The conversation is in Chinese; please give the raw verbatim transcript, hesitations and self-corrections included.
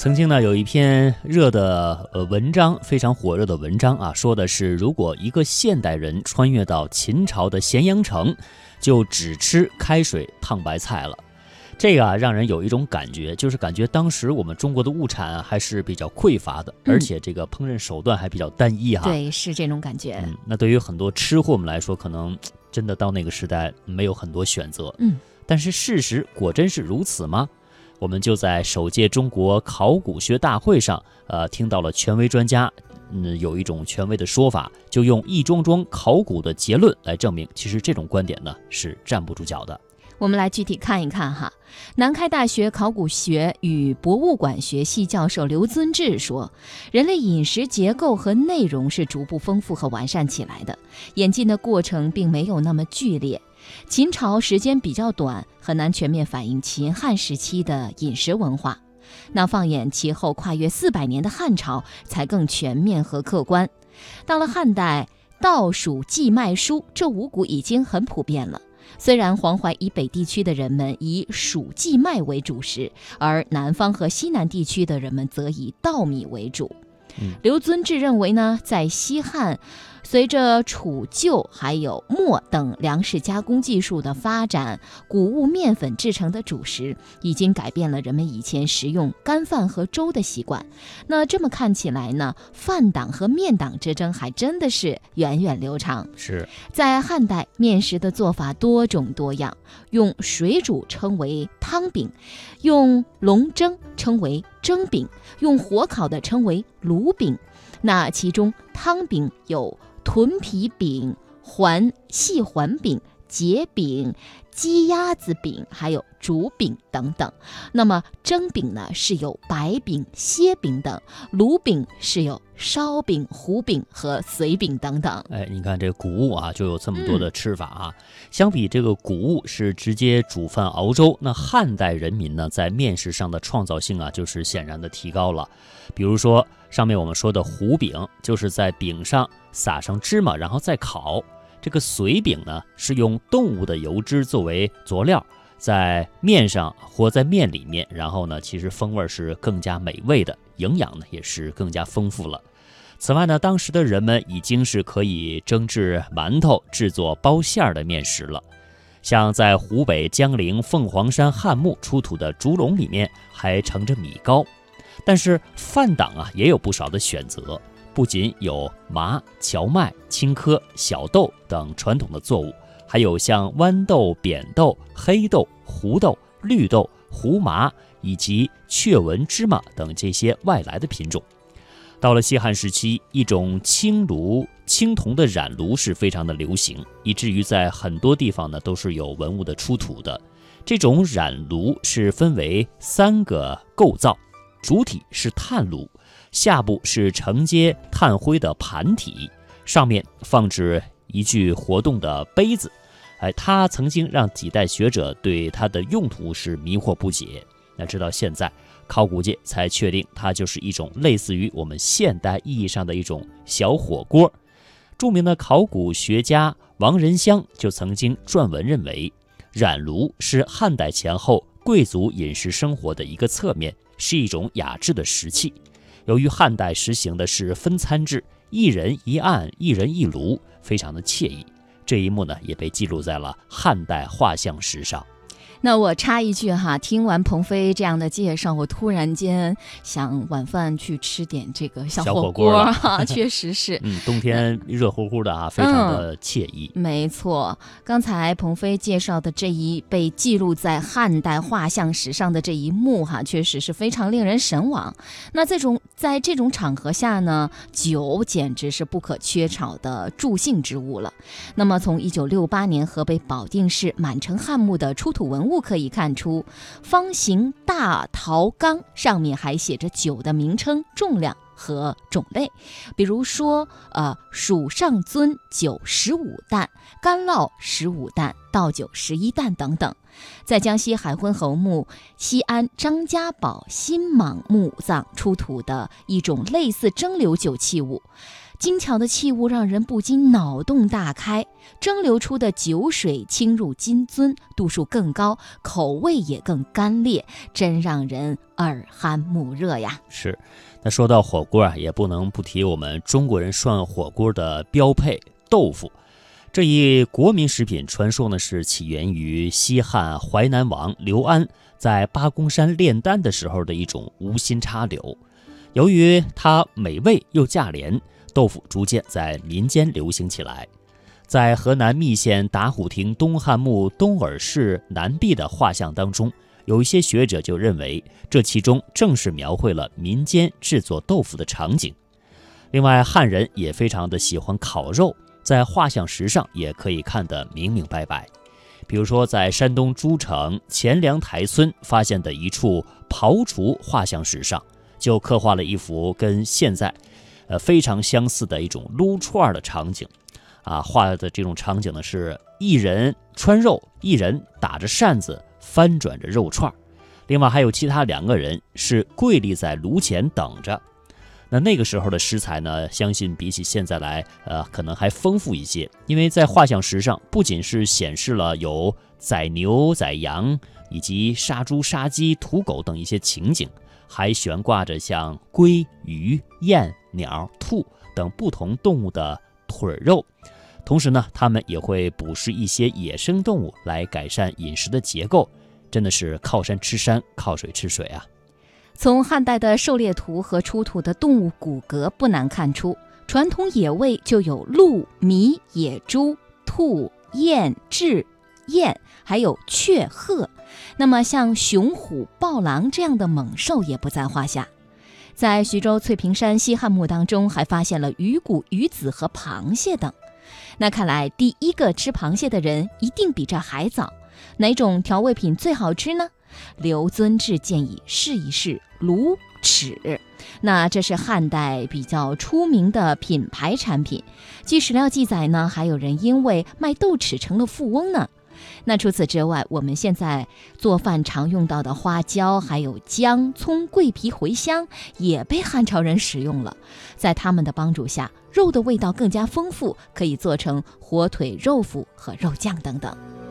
曾经呢，有一篇热的呃文章，非常火热的文章啊，说的是如果一个现代人穿越到秦朝的咸阳城，就只吃开水烫白菜了。这个啊，让人有一种感觉，就是感觉当时我们中国的物产、啊、还是比较匮乏的，而且这个烹饪手段还比较单一哈。 对，是这种感觉。 嗯，那对于很多吃货们来说，可能真的到那个时代没有很多选择。 嗯， 但是事实果真是如此吗？我们就在首届中国考古学大会上，呃，听到了权威专家，嗯，有一种权威的说法，就用一桩桩考古的结论来证明，其实这种观点呢是站不住脚的。 我们来具体看一看哈。南开大学考古学与博物馆学系教授刘尊志说，人类饮食结构和内容是逐步丰富和完善起来的，演进的过程并没有那么剧烈。秦朝时间比较短，很难全面反映秦汉时期的饮食文化。那放眼其后跨越四百年的汉朝，才更全面和客观。到了汉代，稻黍稷麦菽这五谷已经很普遍了。虽然黄淮以北地区的人们以黍稷麦为主食，而南方和西南地区的人们则以稻米为主。 嗯、 刘尊志认为呢，在西汉，随着杵臼还有磨等粮食加工技术的发展，谷物面粉制成的主食已经改变了人们以前食用干饭和粥的习惯。那这么看起来呢，饭党和面党之争还真的是源远流长。 是在汉代，面食的做法多种多样，用水煮称为汤饼，用笼蒸称为蒸饼，用火烤的称为炉饼。那其中汤饼有豚皮饼、环细环饼、节饼、鸡鸭子饼，还有竹饼等等。那么蒸饼呢，是有白饼、蝎饼等；炉饼是有烧饼、糊饼和随饼等等。 哎，你看这谷物啊，就有这么多的吃法啊。嗯、相比这个谷物是直接煮饭熬粥，那汉代人民呢，在面食上的创造性啊，就是显然的提高了。比如说上面我们说的糊饼，就是在饼上撒上芝麻，然后再烤。这个随饼呢，是用动物的油脂作为佐料，在面上或在面里面，然后呢，其实风味是更加美味的，营养呢也是更加丰富了。此外呢，当时的人们已经是可以蒸制馒头、制作包馅的面食了。像在湖北江陵凤凰山汉墓出土的竹笼里面，还盛着米糕。但是饭党啊，也有不少的选择。不仅有麻、荞麦、青稞、小豆等传统的作物，还有像豌豆、扁豆、黑豆、胡豆、绿豆、胡麻以及雀纹芝麻等这些外来的品种。到了西汉时期，一种青炉青铜的染炉是非常的流行，以至于在很多地方呢都是有文物的出土的。这种染炉是分为三个构造，主体是炭炉，下部是承接炭灰的盘体，上面放置一具活动的杯子。哎，他曾经让几代学者对它的用途是迷惑不解。那直到现在，考古界才确定它就是一种类似于我们现代意义上的一种小火锅。著名的考古学家王仁香就曾经撰文认为，染炉是汉代前后贵族饮食生活的一个侧面，是一种雅致的食器。由于汉代实行的是分餐制，一人一案，一人一炉，非常的惬意。这一幕呢，也被记录在了汉代画像石上。 那我插一句哈，听完鹏飞这样的介绍，我突然间想晚饭去吃点这个小火锅哈，确实是， 嗯，冬天热乎乎的啊，非常的惬意。 嗯、没错，刚才鹏飞介绍的这一被记录在汉代画像石上的这一幕哈，确实是非常令人神往。那这种在这种场合下呢，酒简直是不可缺少的助兴之物了。那么从一九六八年河北保定市满城汉墓的出土文物可以看出，方形大陶缸上面还写着酒的名称、重量和种类，比如说呃，蜀上尊酒十五担，干酪十五担，倒酒十一担等等。在江西海昏侯墓西安张家堡新莽墓葬出土的一种类似蒸馏酒器物，精巧的器物让人不禁脑洞大开。 蒸馏出的酒水倾入金樽，度数更高，口味也更干烈，真让人耳酣目热呀。 是，那说到火锅啊，也不能不提我们中国人涮火锅的标配豆腐。这一国民食品传说呢，是起源于西汉淮南王刘安在八公山炼丹的时候的一种无心插柳。由于它美味又价廉，豆腐逐渐在民间流行起来。在河南密县打虎亭东汉墓东耳室南壁的画像当中，有一些学者就认为，这其中正是描绘了民间制作豆腐的场景。另外，汉人也非常的喜欢烤肉，在画像石上也可以看得明明白白。比如说，在山东诸城钱粮台村发现的一处刨厨画像石上，就刻画了一幅跟现在呃非常相似的一种撸串的场景。啊，画的这种场景呢，是一人穿肉，一人打着扇子翻转着肉串，另外还有其他两个人是跪立在炉前等着。那那个时候的食材呢，相信比起现在来，呃，可能还丰富一些，因为在画像石上不仅是显示了有宰牛、宰羊以及杀猪、杀鸡、屠狗等一些情景，还悬挂着像龟、鱼、雁、鸟、兔等不同动物的腿肉。同时呢，他们也会捕食一些野生动物来改善饮食的结构，真的是靠山吃山，靠水吃水啊。 从汉代的狩猎图和出土的动物骨骼不难看出，传统野味就有鹿、麋、野猪、兔、雁、雉、雁，还有雀、鹤。那么像熊虎、豹狼这样的猛兽也不在话下。在徐州翠屏山西汉墓当中，还发现了鱼骨、鱼子和螃蟹等。那看来第一个吃螃蟹的人一定比这还早。哪种调味品最好吃呢？刘遵志建议试一试卤豉。那这是汉代比较出名的品牌产品。据史料记载呢，还有人因为卖豆豉成了富翁呢。那除此之外，我们现在做饭常用到的花椒，还有姜、葱、桂皮、茴香，也被汉朝人使用了。在他们的帮助下，肉的味道更加丰富，可以做成火腿肉脯和肉酱等等。